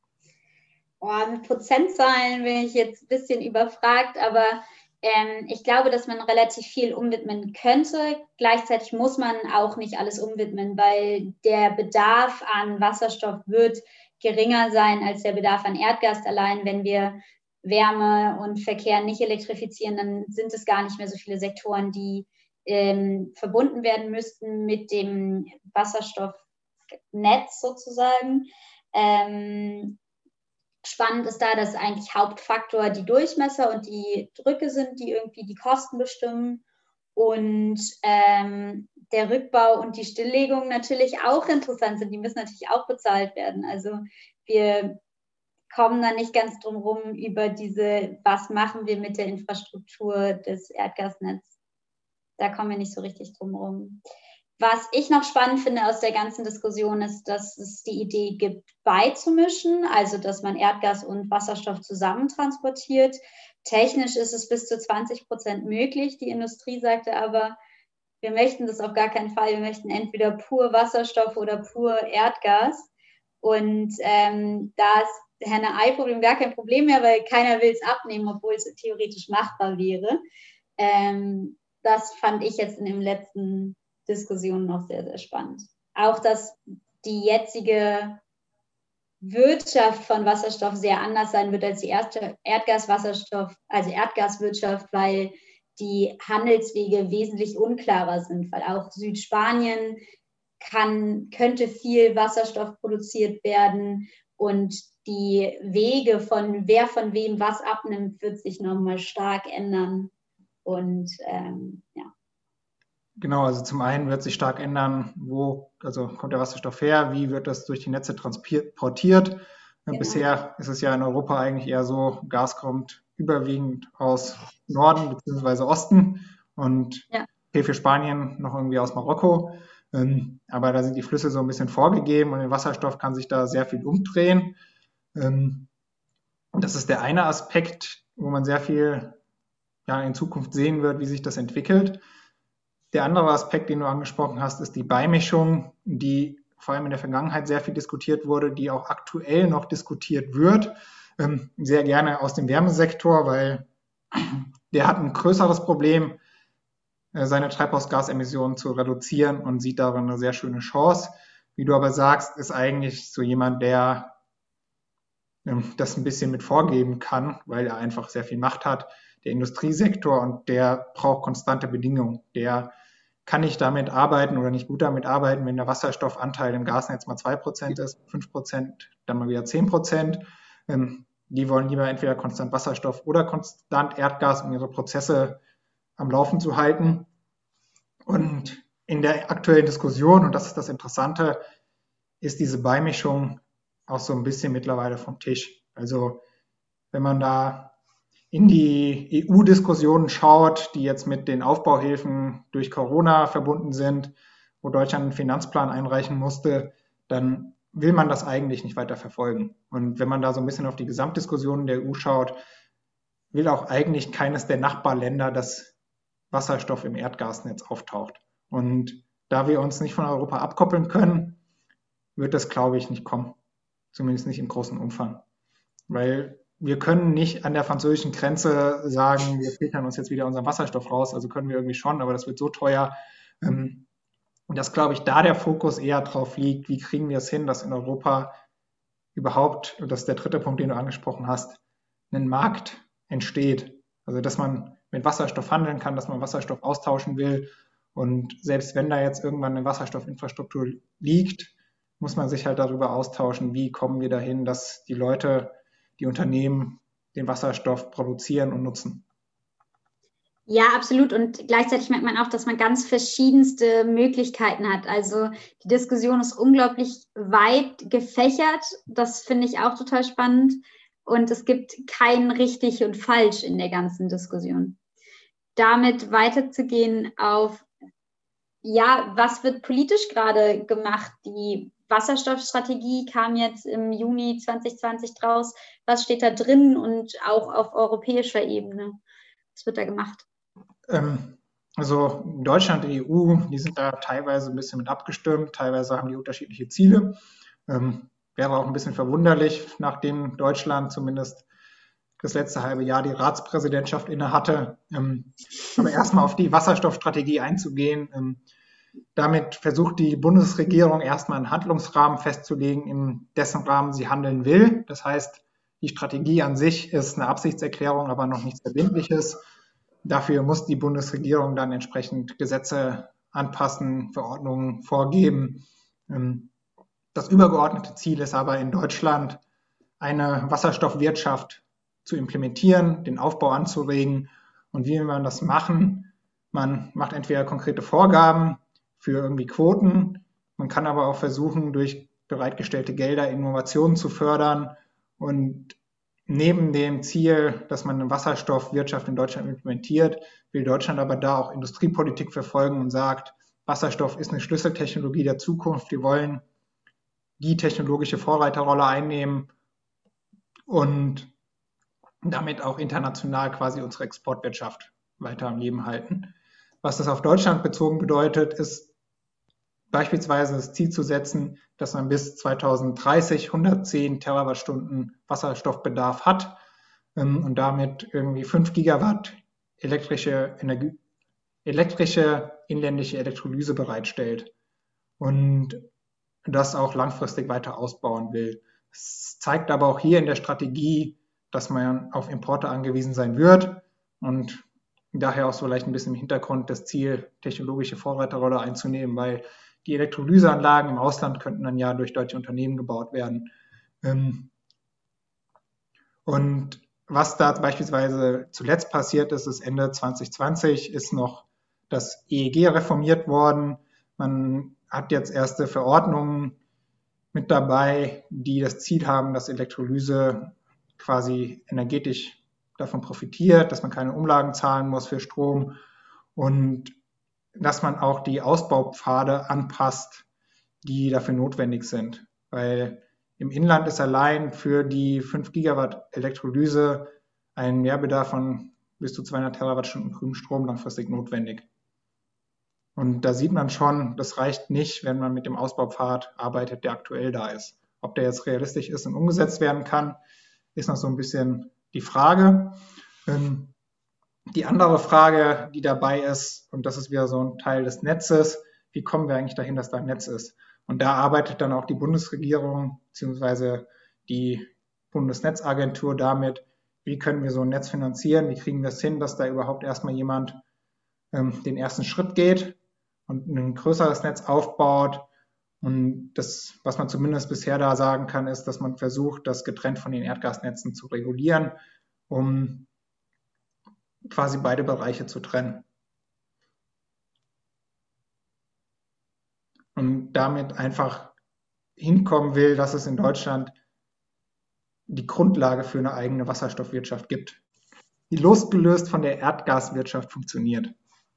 S2: Oh, mit Prozentzahlen bin ich jetzt ein bisschen überfragt, aber ähm, ich glaube, dass man relativ viel umwidmen könnte. Gleichzeitig muss man auch nicht alles umwidmen, weil der Bedarf an Wasserstoff wird geringer sein als der Bedarf an Erdgas. Allein wenn wir Wärme und Verkehr nicht elektrifizieren, dann sind es gar nicht mehr so viele Sektoren, die ähm, verbunden werden müssten mit dem Wasserstoffnetz sozusagen. Ähm, Spannend ist da, dass eigentlich Hauptfaktor die Durchmesser und die Drücke sind, die irgendwie die Kosten bestimmen. Und ähm, der Rückbau und die Stilllegung natürlich auch interessant sind. Die müssen natürlich auch bezahlt werden. Also wir kommen da nicht ganz drum rum über diese, was machen wir mit der Infrastruktur des Erdgasnetzes. Da kommen wir nicht so richtig drum rum. Was ich noch spannend finde aus der ganzen Diskussion ist, dass es die Idee gibt, beizumischen, also dass man Erdgas und Wasserstoff zusammen transportiert. Technisch ist es bis zu zwanzig Prozent möglich. Die Industrie sagte aber, wir möchten das auf gar keinen Fall. Wir möchten entweder pur Wasserstoff oder pur Erdgas. Und ähm, da ist Henne-Ei-Problem gar kein Problem mehr, weil keiner will es abnehmen, obwohl es theoretisch machbar wäre. Ähm, das fand ich jetzt in dem letzten Diskussion noch sehr, sehr spannend. Auch, dass die jetzige Wirtschaft von Wasserstoff sehr anders sein wird als die erste Erdgas-Wasserstoff, also Erdgaswirtschaft, weil die Handelswege wesentlich unklarer sind, weil auch Südspanien kann, könnte viel Wasserstoff produziert werden und die Wege von wer von wem was abnimmt, wird sich nochmal stark ändern. Und ähm, ja.
S1: Genau, also zum einen wird sich stark ändern, wo also kommt der Wasserstoff her, wie wird das durch die Netze transportiert. Genau. Bisher ist es ja in Europa eigentlich eher so, Gas kommt überwiegend aus Norden bzw. Osten und ja. okay, für Spanien noch irgendwie aus Marokko. Ähm, aber da sind die Flüsse so ein bisschen vorgegeben und der Wasserstoff kann sich da sehr viel umdrehen. Ähm, das ist der eine Aspekt, wo man sehr viel ja, in Zukunft sehen wird, wie sich das entwickelt. Der andere Aspekt, den du angesprochen hast, ist die Beimischung, die vor allem in der Vergangenheit sehr viel diskutiert wurde, die auch aktuell noch diskutiert wird. Ähm, sehr gerne aus dem Wärmesektor, weil der hat ein größeres Problem, äh, seine Treibhausgasemissionen zu reduzieren und sieht darin eine sehr schöne Chance. Wie du aber sagst, ist eigentlich so jemand, der ähm, das ein bisschen mit vorgeben kann, weil er einfach sehr viel Macht hat. Der Industriesektor und der braucht konstante Bedingungen. Der kann nicht damit arbeiten oder nicht gut damit arbeiten, wenn der Wasserstoffanteil im Gasnetz mal zwei Prozent ist, fünf Prozent, dann mal wieder zehn Prozent. Ähm, die wollen lieber entweder konstant Wasserstoff oder konstant Erdgas, um ihre Prozesse am Laufen zu halten. Und in der aktuellen Diskussion, und das ist das Interessante, ist diese Beimischung auch so ein bisschen mittlerweile vom Tisch. Also wenn man da in die E U-Diskussionen schaut, die jetzt mit den Aufbauhilfen durch Corona verbunden sind, wo Deutschland einen Finanzplan einreichen musste, dann will man das eigentlich nicht weiter verfolgen. Und wenn man da so ein bisschen auf die Gesamtdiskussionen der E U schaut, will auch eigentlich keines der Nachbarländer, dass Wasserstoff im Erdgasnetz auftaucht. Und da wir uns nicht von Europa abkoppeln können, wird das, glaube ich, nicht kommen. Zumindest nicht im großen Umfang. Weil wir können nicht an der französischen Grenze sagen, wir filtern uns jetzt wieder unseren Wasserstoff raus, also können wir irgendwie schon, aber das wird so teuer. Und dass, glaube ich, da der Fokus eher drauf liegt, wie kriegen wir es hin, dass in Europa überhaupt, und das ist der dritte Punkt, den du angesprochen hast, ein Markt entsteht. Also dass man mit Wasserstoff handeln kann, dass man Wasserstoff austauschen will. Und selbst wenn da jetzt irgendwann eine Wasserstoffinfrastruktur liegt, muss man sich halt darüber austauschen, wie kommen wir dahin, dass die Leute, die Unternehmen den Wasserstoff produzieren und nutzen.
S2: Ja, absolut. Und gleichzeitig merkt man auch, dass man ganz verschiedenste Möglichkeiten hat. Also die Diskussion ist unglaublich weit gefächert. Das finde ich auch total spannend. Und es gibt kein richtig und falsch in der ganzen Diskussion. Damit weiterzugehen auf, ja, was wird politisch gerade gemacht? Die Wasserstoffstrategie kam jetzt im Juni zwanzig zwanzig draus. Was steht da drin und auch auf europäischer Ebene? Was wird da gemacht?
S1: Ähm, also Deutschland, die E U, die sind da teilweise ein bisschen mit abgestimmt, teilweise haben die unterschiedliche Ziele. Ähm, wäre auch ein bisschen verwunderlich, nachdem Deutschland zumindest das letzte halbe Jahr die Ratspräsidentschaft inne hatte. Ähm, aber erstmal auf die Wasserstoffstrategie einzugehen. Ähm, damit versucht die Bundesregierung erstmal einen Handlungsrahmen festzulegen, in dessen Rahmen sie handeln will. Das heißt, die Strategie an sich ist eine Absichtserklärung, aber noch nichts Verbindliches. Dafür muss die Bundesregierung dann entsprechend Gesetze anpassen, Verordnungen vorgeben. Das übergeordnete Ziel ist aber in Deutschland, eine Wasserstoffwirtschaft zu implementieren, den Aufbau anzuregen. Und wie will man das machen? Man macht entweder konkrete Vorgaben für irgendwie Quoten, man kann aber auch versuchen, durch bereitgestellte Gelder Innovationen zu fördern. Und neben dem Ziel, dass man eine Wasserstoffwirtschaft in Deutschland implementiert, will Deutschland aber da auch Industriepolitik verfolgen und sagt, Wasserstoff ist eine Schlüsseltechnologie der Zukunft. Wir wollen die technologische Vorreiterrolle einnehmen und damit auch international quasi unsere Exportwirtschaft weiter am Leben halten. Was das auf Deutschland bezogen bedeutet, ist beispielsweise das Ziel zu setzen, dass man bis zweitausenddreißig hundertzehn Terawattstunden Wasserstoffbedarf hat und damit irgendwie fünf Gigawatt elektrische Energie, elektrische inländische Elektrolyse bereitstellt und das auch langfristig weiter ausbauen will. Es zeigt aber auch hier in der Strategie, dass man auf Importe angewiesen sein wird und daher auch so leicht ein bisschen im Hintergrund das Ziel, technologische Vorreiterrolle einzunehmen, weil die Elektrolyseanlagen im Ausland könnten dann ja durch deutsche Unternehmen gebaut werden. Ähm, Und was da beispielsweise zuletzt passiert ist, ist Ende zwanzig zwanzig, ist noch das E E G reformiert worden. Man hat jetzt erste Verordnungen mit dabei, die das Ziel haben, dass Elektrolyse quasi energetisch davon profitiert, dass man keine Umlagen zahlen muss für Strom und dass man auch die Ausbaupfade anpasst, die dafür notwendig sind. Weil im Inland ist allein für die fünf Gigawatt Elektrolyse ein Mehrbedarf von bis zu zweihundert Terawattstunden grünem Strom langfristig notwendig. Und da sieht man schon, das reicht nicht, wenn man mit dem Ausbaupfad arbeitet, der aktuell da ist. Ob der jetzt realistisch ist und umgesetzt werden kann, ist noch so ein bisschen die Frage. Die andere Frage, die dabei ist, und das ist wieder so ein Teil des Netzes, wie kommen wir eigentlich dahin, dass da ein Netz ist? Und da arbeitet dann auch die Bundesregierung bzw. die Bundesnetzagentur damit, wie können wir so ein Netz finanzieren, wie kriegen wir es hin, dass da überhaupt erstmal jemand ähm, den ersten Schritt geht und ein größeres Netz aufbaut. Und das, was man zumindest bisher da sagen kann, ist, dass man versucht, das getrennt von den Erdgasnetzen zu regulieren, um quasi beide Bereiche zu trennen. Und damit einfach hinkommen will, dass es in Deutschland die Grundlage für eine eigene Wasserstoffwirtschaft gibt, die losgelöst von der Erdgaswirtschaft funktioniert.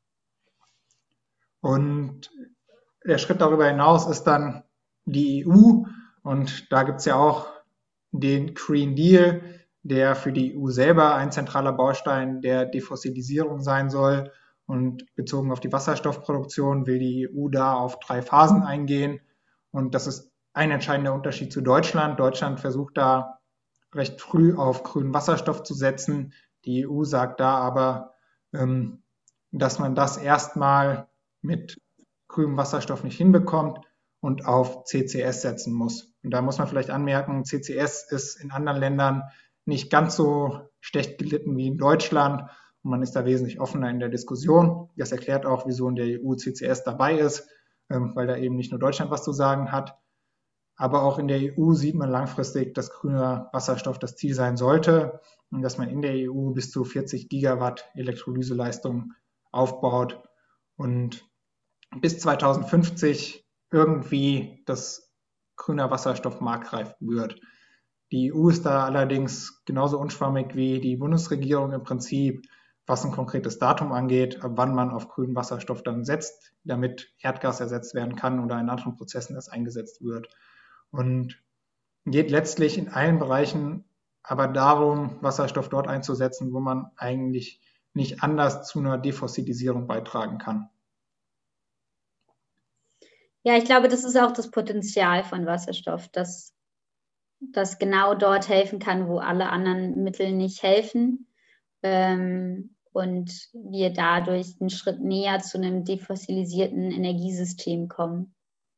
S1: Und der Schritt darüber hinaus ist dann die E U und da gibt es ja auch den Green Deal, der für die E U selber ein zentraler Baustein der Defossilisierung sein soll. Und bezogen auf die Wasserstoffproduktion will die E U da auf drei Phasen eingehen. Und das ist ein entscheidender Unterschied zu Deutschland. Deutschland versucht da recht früh auf grünen Wasserstoff zu setzen. Die E U sagt da aber, dass man das erstmal mit grünem Wasserstoff nicht hinbekommt und auf C C S setzen muss. Und da muss man vielleicht anmerken, C C S ist in anderen Ländern nicht ganz so schlecht gelitten wie in Deutschland und man ist da wesentlich offener in der Diskussion. Das erklärt auch, wieso in der E U C C S dabei ist, weil da eben nicht nur Deutschland was zu sagen hat. Aber auch in der E U sieht man langfristig, dass grüner Wasserstoff das Ziel sein sollte und dass man in der E U bis zu vierzig Gigawatt Elektrolyseleistung aufbaut und bis zweitausendfünfzig irgendwie das grüner Wasserstoff marktreif wird. Die E U ist da allerdings genauso unschwammig wie die Bundesregierung im Prinzip, was ein konkretes Datum angeht, ab wann man auf grünen Wasserstoff dann setzt, damit Erdgas ersetzt werden kann oder in anderen Prozessen das eingesetzt wird. Und geht letztlich in allen Bereichen aber darum, Wasserstoff dort einzusetzen, wo man eigentlich nicht anders zu einer Defossilisierung beitragen kann.
S2: Ja, ich glaube, das ist auch das Potenzial von Wasserstoff, dass das genau dort helfen kann, wo alle anderen Mittel nicht helfen. Ähm, und wir dadurch einen Schritt näher zu einem defossilisierten Energiesystem kommen.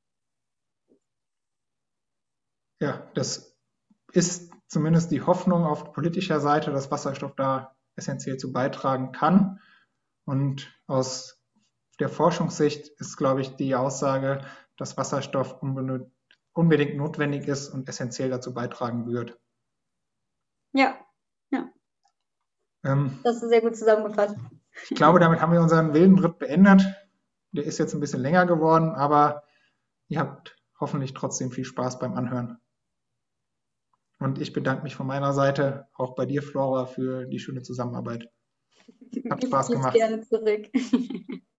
S1: Ja, das ist zumindest die Hoffnung auf politischer Seite, dass Wasserstoff da essentiell zu beitragen kann. Und aus der Forschungssicht ist, glaube ich, die Aussage, dass Wasserstoff unbedingt notwendig ist und essentiell dazu beitragen wird.
S2: Ja, ja. Ähm, das ist sehr gut zusammengefasst.
S1: Ich glaube, damit haben wir unseren wilden Ritt beendet. Der ist jetzt ein bisschen länger geworden, aber ihr habt hoffentlich trotzdem viel Spaß beim Anhören. Und ich bedanke mich von meiner Seite auch bei dir, Flora, für die schöne Zusammenarbeit. Hat Spaß gemacht.
S2: Ich gerne zurück.